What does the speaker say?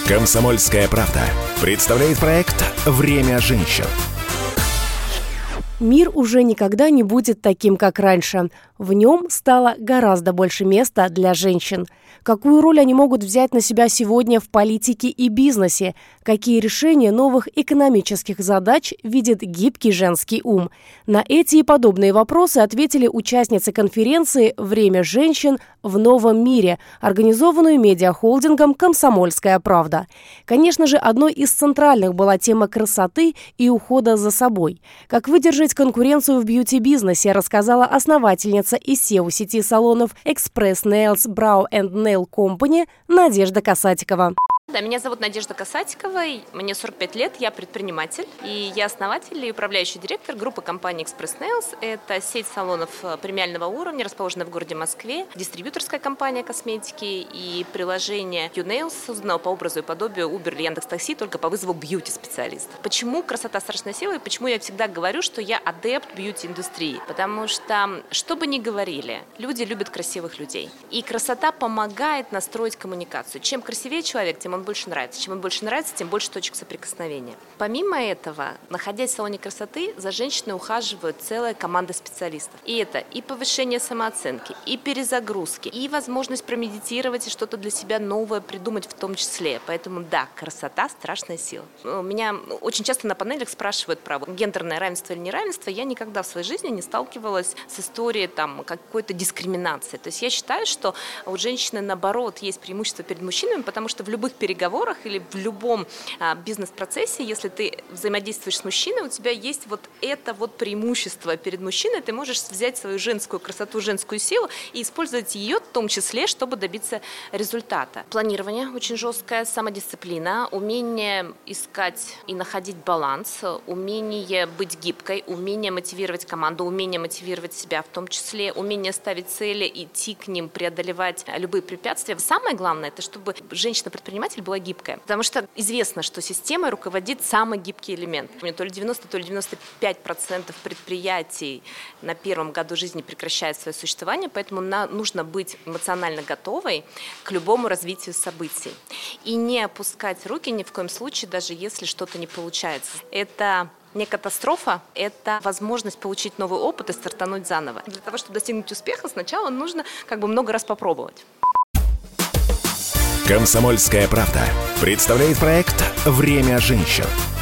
«Комсомольская правда» представляет проект «Время женщин». Мир уже никогда не будет таким, как раньше. В нем стало гораздо больше места для женщин. Какую роль они могут взять на себя сегодня в политике и бизнесе? Какие решения новых экономических задач видит гибкий женский ум? На эти и подобные вопросы ответили участницы конференции «Время женщин в новом мире», организованную медиахолдингом «Комсомольская правда». Конечно же, одной из центральных была тема красоты и ухода за собой. Как выдержать конкуренцию в бьюти-бизнесе, рассказала основательница и SEO сети салонов Express Nails Brow and Nail Company Надежда Касатикова. Да, меня зовут Надежда Касатикова, мне 45 лет, я предприниматель, и я основатель и управляющий директор группы компании Express Nails. Это сеть салонов премиального уровня, расположенная в городе Москве, дистрибьюторская компания косметики и приложение YouNails, созданного по образу и подобию Uber или Яндекс.Такси, только по вызову бьюти-специалистов. Почему красота страшная сила и почему я всегда говорю, что я адепт бьюти-индустрии? Потому что бы ни говорили, люди любят красивых людей. И красота помогает настроить коммуникацию. Чем красивее человек, тем он больше нравится. Чем он больше нравится, тем больше точек соприкосновения. Помимо этого, находясь в салоне красоты, за женщиной ухаживают целая команда специалистов. И это и повышение самооценки, и перезагрузки, и возможность промедитировать и что-то для себя новое придумать в том числе. Поэтому да, красота – страшная сила. Меня очень часто на панелях спрашивают про гендерное равенство или неравенство. Я никогда в своей жизни не сталкивалась с историей какой-то дискриминации. То есть я считаю, что у женщины, наоборот, есть преимущество перед мужчинами, потому что в любых переговорах или в любом бизнес-процессе, если ты взаимодействуешь с мужчиной, у тебя есть это преимущество перед мужчиной, ты можешь взять свою женскую красоту, женскую силу и использовать ее в том числе, чтобы добиться результата. Планирование очень жесткое, самодисциплина, умение искать и находить баланс, умение быть гибкой, умение мотивировать команду, умение мотивировать себя в том числе, умение ставить цели, идти к ним, преодолевать любые препятствия. Самое главное, это чтобы женщина-предприниматель была гибкая. Потому что известно, что системой руководит самый гибкий элемент. То ли 90, то ли 95% предприятий на первом году жизни прекращают свое существование, поэтому нужно быть эмоционально готовой к любому развитию событий. И не опускать руки ни в коем случае, даже если что-то не получается. Это не катастрофа, это возможность получить новый опыт и стартануть заново. Для того, чтобы достигнуть успеха, сначала нужно много раз попробовать. «Комсомольская правда» представляет проект «Время женщин».